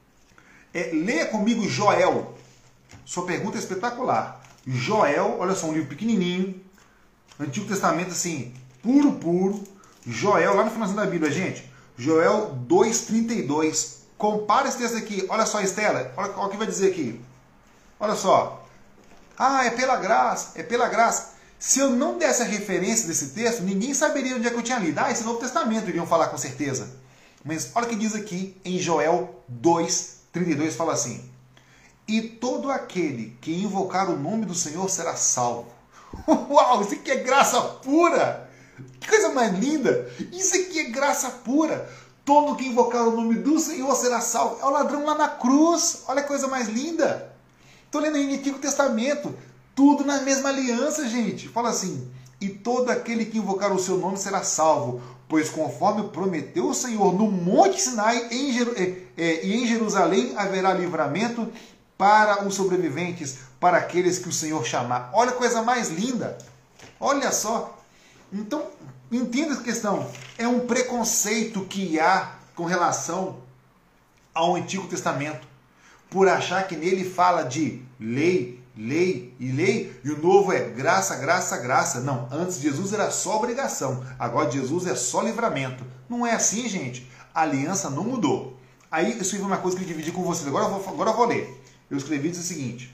É, leia comigo Joel. Sua pergunta é espetacular. Joel, olha só, um livro pequenininho, Antigo Testamento assim, puro, puro. Joel, lá no finalzinho da Bíblia, gente. Joel dois, trinta e dois. Compara esse texto aqui. Olha só, Estela. Olha, olha o que vai dizer aqui. Olha só. Ah, é pela graça. É pela graça. Se eu não desse a referência desse texto, ninguém saberia onde é que eu tinha lido. Ah, esse Novo Testamento, iriam falar com certeza. Mas olha o que diz aqui em Joel dois, trinta e dois. Fala assim. E todo aquele que invocar o nome do Senhor será salvo. Uau, isso aqui é graça pura. Que coisa mais linda! Isso aqui é graça pura. Todo que invocar o nome do Senhor será salvo. É o ladrão lá na cruz. Olha que coisa mais linda. Estou lendo aí no Antigo Testamento. Tudo na mesma aliança, gente. Fala assim. E todo aquele que invocar o seu nome será salvo. Pois conforme prometeu o Senhor no Monte Sinai em Jer... e em Jerusalém haverá livramento para os sobreviventes, para aqueles que o Senhor chamar. Olha a coisa mais linda. Olha só. Então, entenda essa questão. É um preconceito que há com relação ao Antigo Testamento, por achar que nele fala de lei, lei e lei, e o novo é graça, graça, graça. Não, antes Jesus era só obrigação, agora Jesus é só livramento. Não é assim, gente. A aliança não mudou. Aí eu escrevi uma coisa que eu dividi com vocês, agora eu vou, agora eu vou ler. Eu escrevi o seguinte: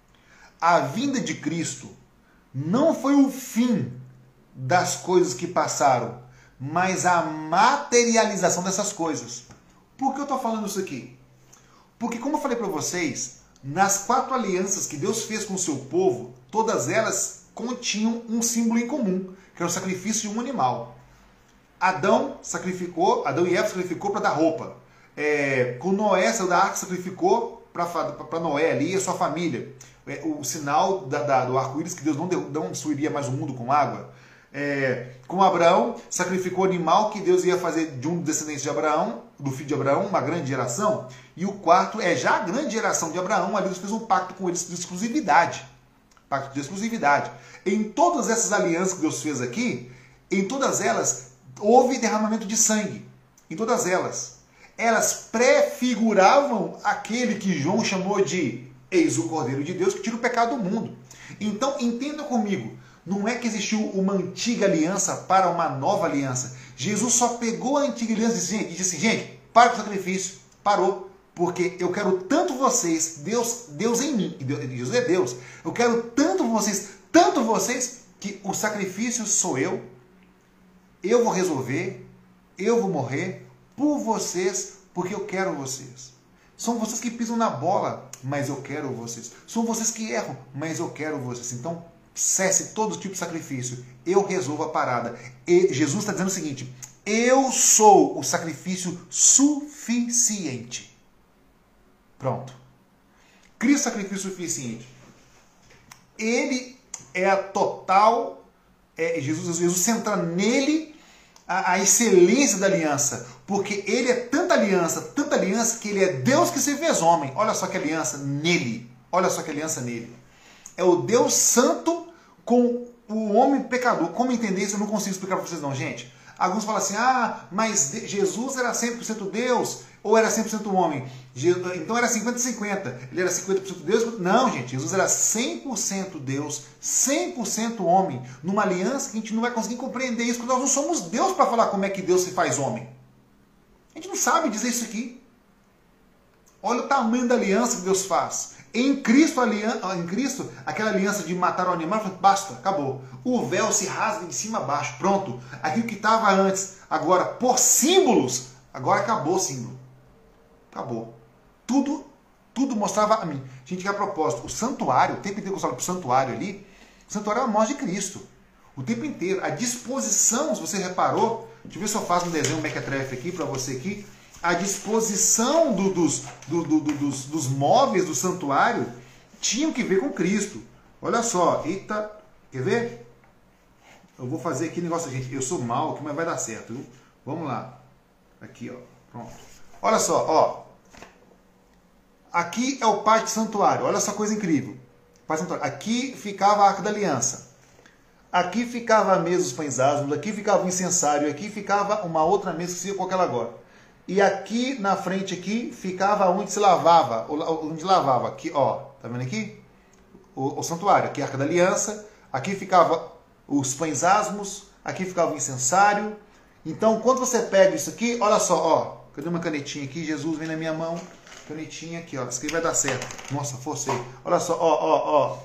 a vinda de Cristo não foi o fim das coisas que passaram, mas a materialização dessas coisas. Por que eu estou falando isso aqui? Porque, como eu falei para vocês, nas quatro alianças que Deus fez com o seu povo, todas elas continham um símbolo em comum, que era o sacrifício de um animal. Adão sacrificou, Adão e Eva sacrificou para dar roupa. É, com Noé, saiu da arca, sacrificou para Noé ali e a sua família. É, o sinal da, da, do arco-íris que Deus não, deu, não destruiria mais o mundo com água. é, com Abraão, sacrificou o animal que Deus ia fazer de um descendente de Abraão, do filho de Abraão, uma grande geração. E o quarto é já a grande geração de Abraão, ali Deus fez um pacto com eles de exclusividade. Pacto de exclusividade. Em todas essas alianças que Deus fez aqui, em todas elas, houve derramamento de sangue. Em todas elas. Elas prefiguravam aquele que João chamou de eis o Cordeiro de Deus que tira o pecado do mundo. Então, entenda comigo, não é que existiu uma antiga aliança para uma nova aliança. Jesus só pegou a antiga aliança e disse assim, gente, para com o sacrifício. Parou. Porque eu quero tanto vocês, Deus, Deus em mim, Jesus é Deus, eu quero tanto vocês, tanto vocês, que o sacrifício sou eu, eu vou resolver, eu vou morrer por vocês, porque eu quero vocês. São vocês que pisam na bola, mas eu quero vocês. São vocês que erram, mas eu quero vocês. Então, cesse todo tipo de sacrifício. Eu resolvo a parada. E Jesus está dizendo o seguinte, eu sou o sacrifício suficiente. Pronto. Cristo sacrifício suficiente. Ele é a total, é, Jesus, Jesus centra nele a, a excelência da aliança, porque ele é tanta aliança, tanta aliança, que ele é Deus que se fez homem. Olha só que aliança nele, olha só que aliança nele. É o Deus santo com o homem pecador. Como entender isso? Eu não consigo explicar para vocês não, gente. Alguns falam assim, ah, mas Jesus era cem por cento Deus, ou era cem por cento homem? Então era cinquenta a cinquenta. Ele era cinquenta por cento Deus? Não, gente. Jesus era cem por cento Deus, cem por cento homem, numa aliança que a gente não vai conseguir compreender isso, porque nós não somos Deus para falar como é que Deus se faz homem. A gente não sabe dizer isso aqui. Olha o tamanho da aliança que Deus faz. Em Cristo, em Cristo, aquela aliança de matar o animal, basta, acabou. O véu se rasga de cima a baixo, pronto. Aquilo que estava antes, agora, por símbolos, agora acabou o símbolo. Acabou. Tudo, tudo mostrava a mim. Gente, que a propósito, o santuário, o tempo inteiro que eu falo para o santuário ali, o santuário é a morte de Cristo. O tempo inteiro. A disposição, se você reparou, deixa eu ver se eu faço um desenho, um mequetrefe aqui para você aqui. A disposição do, dos, do, do, do, dos, dos móveis do santuário tinham que ver com Cristo. Olha só, eita, quer ver? Eu vou fazer aqui negócio, gente, eu sou mal aqui, mas vai dar certo, viu? Vamos lá. Aqui, ó, pronto. Olha só, ó. Aqui é o pátio do santuário, olha essa coisa incrível. Pátio do santuário. Aqui ficava a Arca da Aliança. Aqui ficava a mesa dos pães asmos, aqui ficava o incensário, aqui ficava uma outra mesa que se com aquela agora. E aqui na frente aqui ficava onde se lavava, onde lavava, aqui, ó, tá vendo aqui? O, o santuário, aqui a Arca da Aliança, aqui ficava os pães asmos, aqui ficava o incensário. Então, quando você pega isso aqui, olha só, ó, cadê uma canetinha aqui? Jesus vem na minha mão, canetinha aqui, ó, isso aqui vai dar certo. Nossa, forcei. Olha só, ó, ó, ó.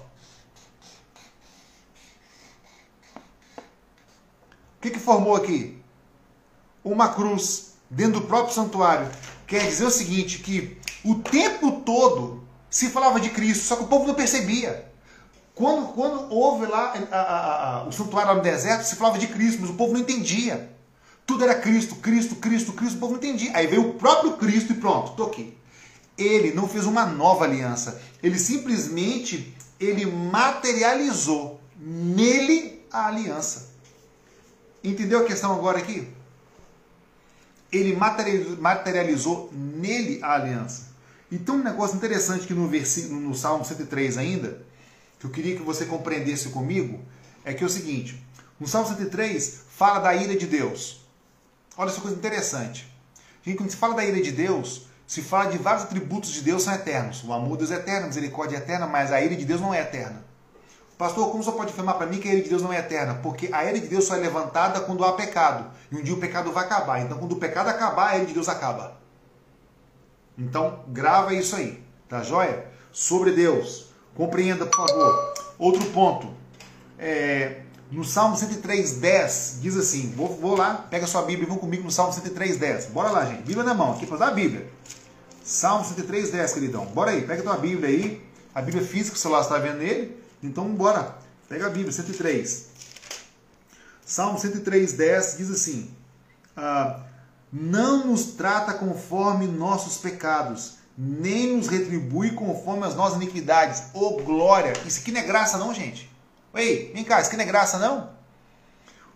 O que que formou aqui? Uma cruz dentro do próprio santuário. Quer dizer o seguinte, que o tempo todo se falava de Cristo, só que o povo não percebia. Quando, quando houve lá a, a, a, o santuário lá no deserto, se falava de Cristo, mas o povo não entendia. Tudo era Cristo, Cristo, Cristo, Cristo, o povo não entendia. Aí veio o próprio Cristo e pronto, estou aqui. Ele não fez uma nova aliança, ele simplesmente ele materializou nele a aliança. Entendeu a questão agora aqui? Ele materializou nele a aliança. Então um negócio interessante que no, versículo, no Salmo cento e três ainda, que eu queria que você compreendesse comigo, é que é o seguinte, no Salmo cento e três fala da ira de Deus. Olha essa coisa interessante. Gente, quando se fala da ira de Deus, se fala de vários atributos de Deus são eternos. O amor de Deus é eterno, a misericórdia é eterna, mas a ira de Deus não é eterna. Pastor, como você pode afirmar para mim que a ira de Deus não é eterna? Porque a ira de Deus só é levantada quando há pecado. E um dia o pecado vai acabar. Então, quando o pecado acabar, a ira de Deus acaba. Então, grava isso aí. Tá joia? Sobre Deus. Compreenda, por favor. Outro ponto. É, no Salmo cento e três, dez, diz assim. Vou, vou lá, pega sua Bíblia e vão comigo no Salmo cento e três, dez. Bora lá, gente. Bíblia na mão. Aqui para usar a Bíblia. Salmo cento e três, dez, queridão. Bora aí. Pega a tua Bíblia aí. A Bíblia física, o celular está vendo nele. Então, bora. Pega a Bíblia, cento e três. Salmo cento e três, dez diz assim, ah, não nos trata conforme nossos pecados, nem nos retribui conforme as nossas iniquidades. Ô, glória! Isso aqui não é graça não, gente? Ei, vem cá, isso aqui não é graça não?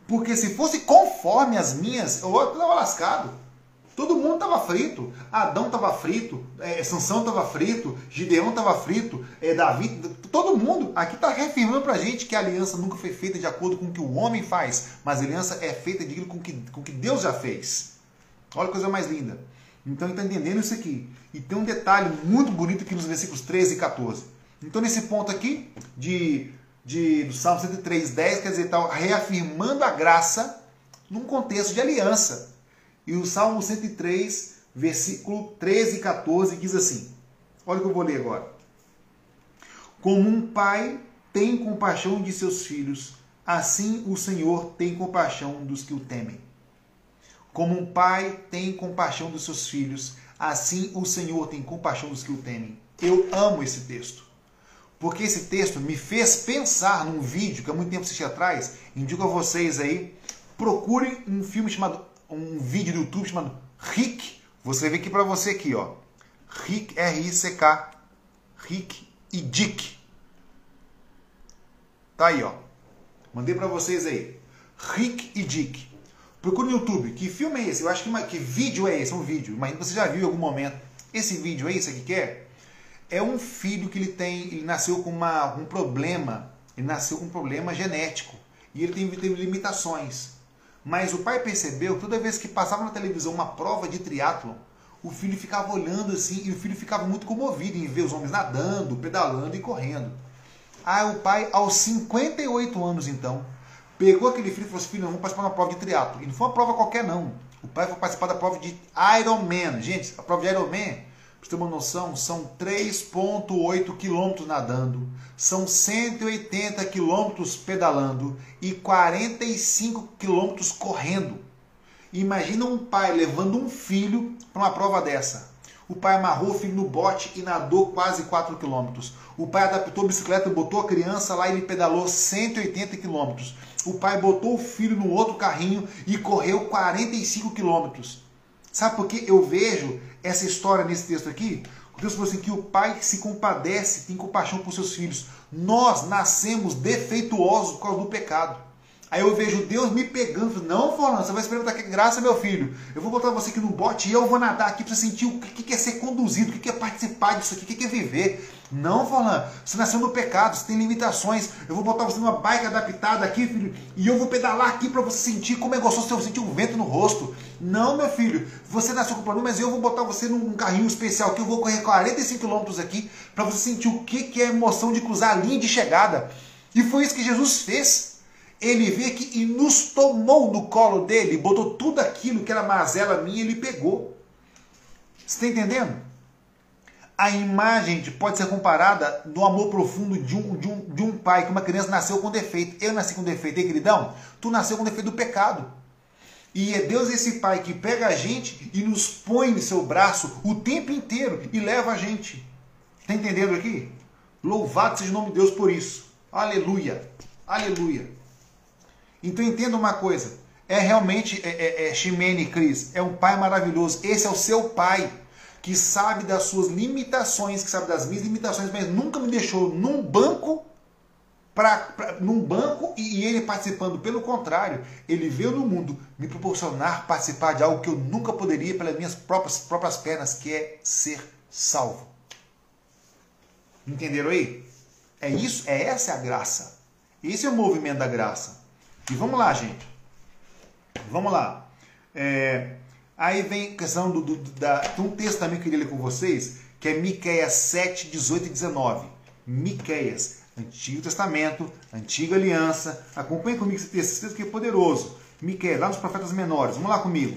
Porque se fosse conforme as minhas, eu estava lascado. Todo mundo estava frito. Adão estava frito, é, Sansão estava frito, Gideão estava frito, é, Davi, todo mundo. Aqui está reafirmando para a gente que a aliança nunca foi feita de acordo com o que o homem faz, mas a aliança é feita de acordo com o que, com o que Deus já fez. Olha que coisa mais linda. Então está entendendo isso aqui. E tem um detalhe muito bonito aqui nos versículos treze e quatorze. Então nesse ponto aqui, de, de, do Salmo cento e três, dez, quer dizer, está reafirmando a graça num contexto de aliança. E o Salmo cento e três, versículo treze e quatorze, diz assim. Olha o que eu vou ler agora. Como um pai tem compaixão de seus filhos, assim o Senhor tem compaixão dos que o temem. Como um pai tem compaixão dos seus filhos, assim o Senhor tem compaixão dos que o temem. Eu amo esse texto, porque esse texto me fez pensar num vídeo que há muito tempo assisti atrás. Indico a vocês aí, procurem um filme chamado, um vídeo do YouTube chamado Rick. Vou escrever aqui para você aqui, ó. Rick, R I C K, Rick e Dick. Tá aí, ó. Mandei para vocês aí. Rick e Dick. Procure no YouTube. Que filme é esse? Eu acho que, que vídeo é esse? É um vídeo. Imagina que você já viu em algum momento. Esse vídeo é isso aqui que é? É um filho que ele tem, ele nasceu com uma, um problema, ele nasceu com um problema genético. E ele teve, teve limitações. Mas o pai percebeu que toda vez que passava na televisão uma prova de triatlon, o filho ficava olhando assim, e o filho ficava muito comovido em ver os homens nadando, pedalando e correndo. Aí o pai, aos cinquenta e oito anos então, pegou aquele filho e falou assim, filho, não, vamos participar de uma prova de triatlo. E não foi uma prova qualquer não. O pai foi participar da prova de Ironman. Gente, a prova de Ironman, para você ter uma noção, são três vírgula oito quilômetros nadando, são cento e oitenta quilômetros pedalando e quarenta e cinco quilômetros correndo. Imagina um pai levando um filho para uma prova dessa. O pai amarrou o filho no bote e nadou quase quatro quilômetros. O pai adaptou a bicicleta, botou a criança lá e ele pedalou cento e oitenta quilômetros. O pai botou o filho no outro carrinho e correu quarenta e cinco quilômetros. Sabe por que eu vejo essa história nesse texto aqui? Deus falou assim que o pai se compadece, tem compaixão por seus filhos. Nós nascemos defeituosos por causa do pecado. Aí eu vejo Deus me pegando, não, Forlan, você vai experimentar que graça, meu filho. Eu vou botar você aqui no bote e eu vou nadar aqui para você sentir o que é ser conduzido, o que é participar disso aqui, o que é viver. Não, Forlan, você nasceu no pecado, você tem limitações. Eu vou botar você numa bike adaptada aqui, filho, e eu vou pedalar aqui para você sentir como é gostoso você sentir um vento no rosto. Não, meu filho, você nasceu com problema, mas eu vou botar você num carrinho especial aqui, eu vou correr quarenta e cinco quilômetros aqui para você sentir o que é a emoção de cruzar a linha de chegada. E foi isso que Jesus fez. Ele veio aqui e nos tomou no colo dele, botou tudo aquilo que era mazela minha, ele pegou. Você está entendendo? A imagem pode ser comparada no amor profundo de um, de, um, de um pai, que uma criança nasceu com defeito. Eu nasci com defeito, hein, queridão? Tu nasceu com defeito do pecado. E é Deus esse pai que pega a gente e nos põe no seu braço o tempo inteiro e leva a gente. Está entendendo aqui? Louvado seja o nome de Deus por isso. Aleluia. Aleluia. Então entenda uma coisa, é realmente, é, é, é Ximene Cris, é um pai maravilhoso, esse é o seu pai, que sabe das suas limitações, que sabe das minhas limitações, mas nunca me deixou num banco, pra, pra, num banco e, e ele participando, pelo contrário, ele veio no mundo me proporcionar participar de algo que eu nunca poderia pelas minhas próprias, próprias pernas, que é ser salvo. Entenderam aí? É isso, é essa a graça, esse é o movimento da graça. E vamos lá, gente. Vamos lá. É, aí vem a questão do, do, da... Tem um texto também que eu queria ler com vocês, que é Miqueias sete, dezoito e dezenove. Miqueias, Antigo Testamento, Antiga Aliança. Acompanhe comigo esse texto, esse texto que é poderoso. Miqueias, lá nos profetas menores. Vamos lá comigo.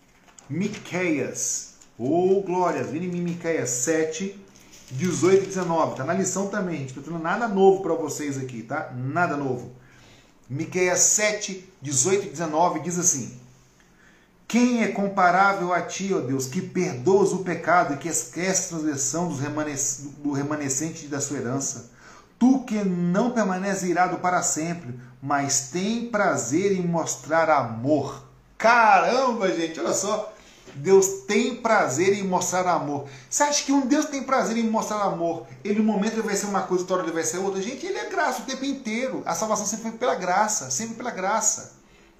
Miqueias. Oh, glórias. Vem em mim, Miqueias sete, dezoito e dezenove. Está na lição também, gente. Não estou tendo nada novo para vocês aqui, tá? Nada novo. Miqueias sete, dezoito e dezenove diz assim: quem é comparável a ti, ó Deus, que perdoas o pecado e que esquece a transgressão dos remanescentes, do remanescente da sua herança? Tu que não permanece irado para sempre, mas tem prazer em mostrar amor. Caramba, gente, olha só. Deus tem prazer em mostrar amor. Você acha que um Deus tem prazer em mostrar amor? Ele, no momento, ele vai ser uma coisa, outra hora ele vai ser outra. Gente, ele é graça o tempo inteiro. A salvação sempre foi pela graça, sempre pela graça.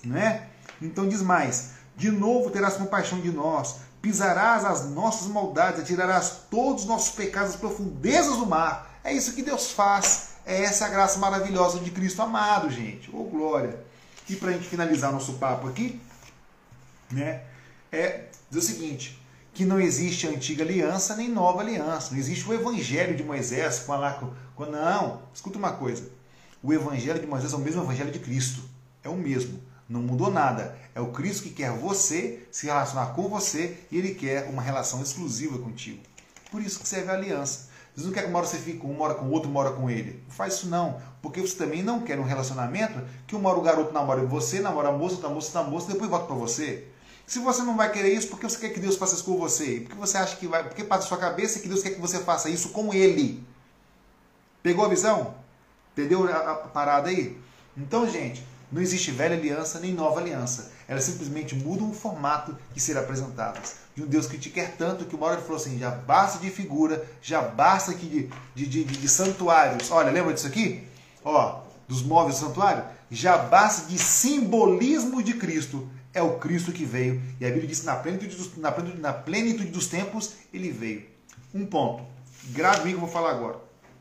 não é? Então diz mais, de novo terás compaixão de nós, pisarás as nossas maldades, atirarás todos os nossos pecados às profundezas do mar. É isso que Deus faz, é essa a graça maravilhosa de Cristo amado, gente. Ô, glória! E para a gente finalizar nosso papo aqui, né, é dizer o seguinte, que não existe antiga aliança nem nova aliança, não existe o evangelho de Moisés, com a, com, não, escuta uma coisa, o evangelho de Moisés é o mesmo evangelho de Cristo, é o mesmo, não mudou nada, é o Cristo que quer você se relacionar com você e ele quer uma relação exclusiva contigo, por isso que serve a aliança. Deus não quer que uma hora você fique com um, uma hora com o outro, uma hora com ele. Não faz isso não. Porque você também não quer um relacionamento que uma hora o garoto namora você, namora a moça, outra moça, outra moça, depois volta para você. Se você não vai querer isso, por que você quer que Deus faça isso com você? Por que você acha que vai... Porque passa na sua cabeça que Deus quer que você faça isso com ele. Pegou a visão? Entendeu a, a parada aí? Então, gente, não existe velha aliança nem nova aliança. Elas simplesmente mudam o formato de ser apresentadas. De um Deus que te quer tanto que uma hora ele falou assim, já basta de figura, já basta aqui de, de, de, de, de santuários. Olha, lembra disso aqui? Ó, dos móveis do santuário? Já basta de simbolismo de Cristo. É o Cristo que veio. E a Bíblia diz que na plenitude dos, na plenitude, na plenitude dos tempos, ele veio. Um ponto. Grave o que eu vou falar agora.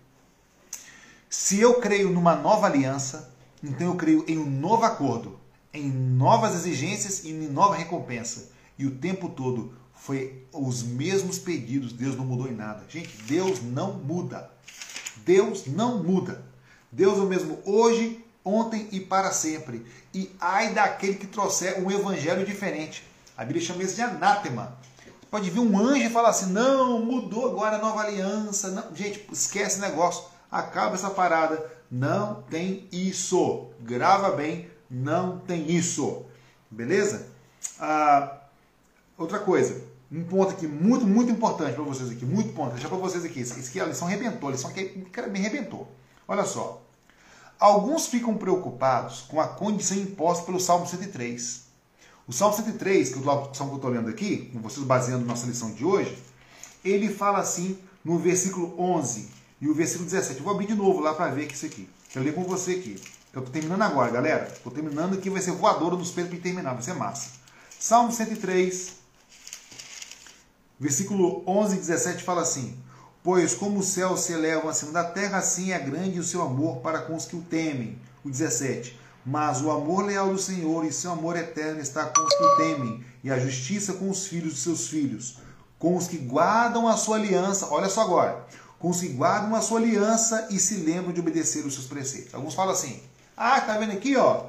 Se eu creio numa nova aliança, então eu creio em um novo acordo, em novas exigências e em nova recompensa. E o tempo todo foi os mesmos pedidos, Deus não mudou em nada. Gente, Deus não muda. Deus não muda. Deus é o mesmo hoje, ontem e para sempre. E ai daquele que trouxer um evangelho diferente. A Bíblia chama isso de anátema. Pode vir um anjo e falar assim, não, mudou agora a nova aliança. Não. Gente, esquece esse negócio. Acaba essa parada. Não tem isso. Grava bem, não tem isso. Beleza? Ah, outra coisa. Um ponto aqui muito, muito importante para vocês aqui. Muito ponto. Deixa para vocês aqui. Isso aqui a lição arrebentou. A lição aqui me arrebentou. Olha só. Alguns ficam preocupados com a condição imposta pelo Salmo cento e três. O Salmo cento e três, que é o Salmo que eu estou lendo aqui, com vocês baseando na nossa lição de hoje, ele fala assim no versículo onze e o versículo dezessete. Eu vou abrir de novo lá para ver que isso aqui. Eu ler com você aqui. Eu estou terminando agora, galera. Estou terminando aqui, vai ser voadora nos peitos para terminar, vai ser massa. Salmo cento e três, versículo onze e dezessete fala assim: pois como os céus se elevam acima da terra, assim é grande o seu amor para com os que o temem. O dezessete. Mas o amor leal do Senhor e seu amor eterno está com os que o temem, e a justiça com os filhos de seus filhos, com os que guardam a sua aliança. Olha só agora. Com os que guardam a sua aliança e se lembram de obedecer os seus preceitos. Alguns falam assim, ah, tá vendo aqui, ó,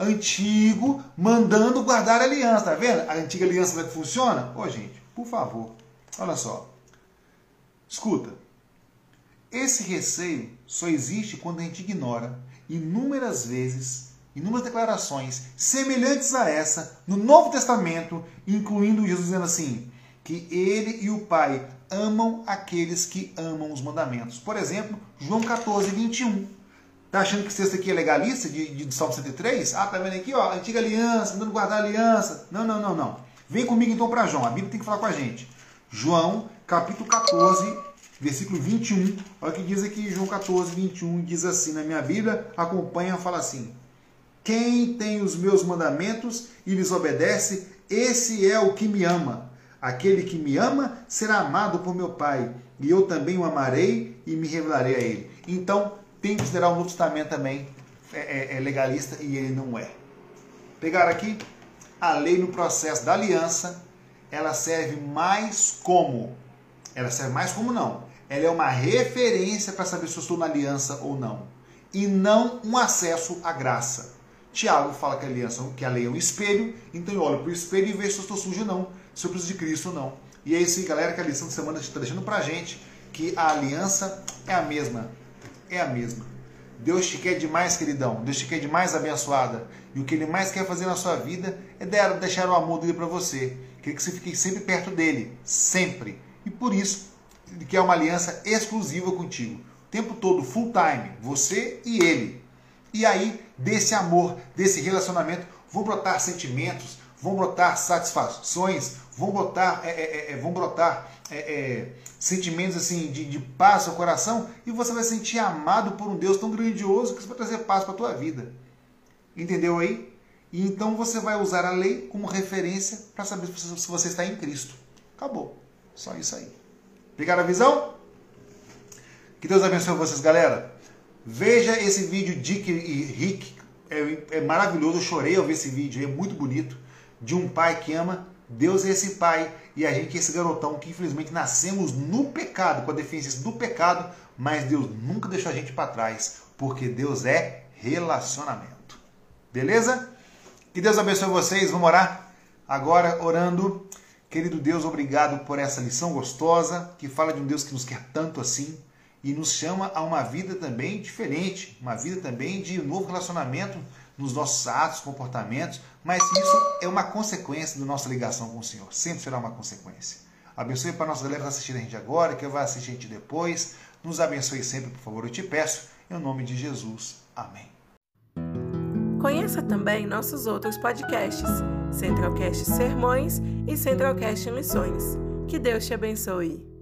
antigo mandando guardar a aliança, tá vendo? A antiga aliança como é que funciona? Ô, gente, por favor, olha só. Escuta, esse receio só existe quando a gente ignora inúmeras vezes, inúmeras declarações semelhantes a essa no Novo Testamento, incluindo Jesus dizendo assim, que ele e o Pai amam aqueles que amam os mandamentos. Por exemplo, João quatorze, vinte e um. Tá achando que isso aqui é legalista de, de, de Salmo cento e três? Ah, tá vendo aqui, ó, antiga aliança, mandando guardar a aliança. Não, não, não, não. Vem comigo então para João. A Bíblia tem que falar com a gente. João, capítulo quatorze, versículo vinte e um. Olha o que diz aqui, João quatorze, vinte e um, diz assim, na minha Bíblia, acompanha, fala assim: quem tem os meus mandamentos e lhes obedece, esse é o que me ama. Aquele que me ama será amado por meu Pai, e eu também o amarei e me revelarei a ele. Então, tem que considerar o Novo Testamento também é, é, é legalista, e ele não é. Pegaram aqui? A lei no processo da aliança, ela serve mais como? Ela serve mais como não. Ela é uma referência para saber se eu estou na aliança ou não. E não um acesso à graça. Tiago fala que a, aliança, que a lei é um espelho, então eu olho para o espelho e vejo se eu estou sujo ou não, se eu preciso de Cristo ou não. E é isso aí, galera, que a lição de semana está deixando para a gente, que a aliança é a mesma. É a mesma. Deus te quer demais, queridão. Deus te quer demais, abençoada. E o que Ele mais quer fazer na sua vida é deixar o amor dele para você. Quer que você fique sempre perto dele. Sempre. E por isso, Ele quer uma aliança exclusiva contigo. O tempo todo, full time. Você e Ele. E aí, desse amor, desse relacionamento, vão brotar sentimentos, vão brotar satisfações, vão brotar, é, é, é, vão brotar é, é, sentimentos assim, de, de paz ao coração, e você vai se sentir amado por um Deus tão grandioso que isso vai trazer paz para a tua vida. Entendeu aí? E então você vai usar a lei como referência para saber se você está em Cristo. Acabou. Só isso aí. Pegaram a visão? Que Deus abençoe vocês, galera. Veja esse vídeo, Dick e Rick. É, é maravilhoso. Eu chorei ao ver esse vídeo. É muito bonito. De um pai que ama. Deus é esse pai. E a gente é esse garotão que infelizmente nascemos no pecado, com a deficiência do pecado. Mas Deus nunca deixou a gente para trás. Porque Deus é relacionamento. Beleza? Que Deus abençoe vocês. Vamos orar agora orando. Querido Deus, obrigado por essa lição gostosa, que fala de um Deus que nos quer tanto assim e nos chama a uma vida também diferente, uma vida também de novo relacionamento nos nossos atos, comportamentos, mas isso é uma consequência da nossa ligação com o Senhor, sempre será uma consequência. Abençoe para a nossa galera que está assistindo a gente agora, que vai assistir a gente depois, nos abençoe sempre, por favor, eu te peço, em nome de Jesus. Amém. Conheça também nossos outros podcasts, Centralcast Sermões e Centralcast Missões. Que Deus te abençoe.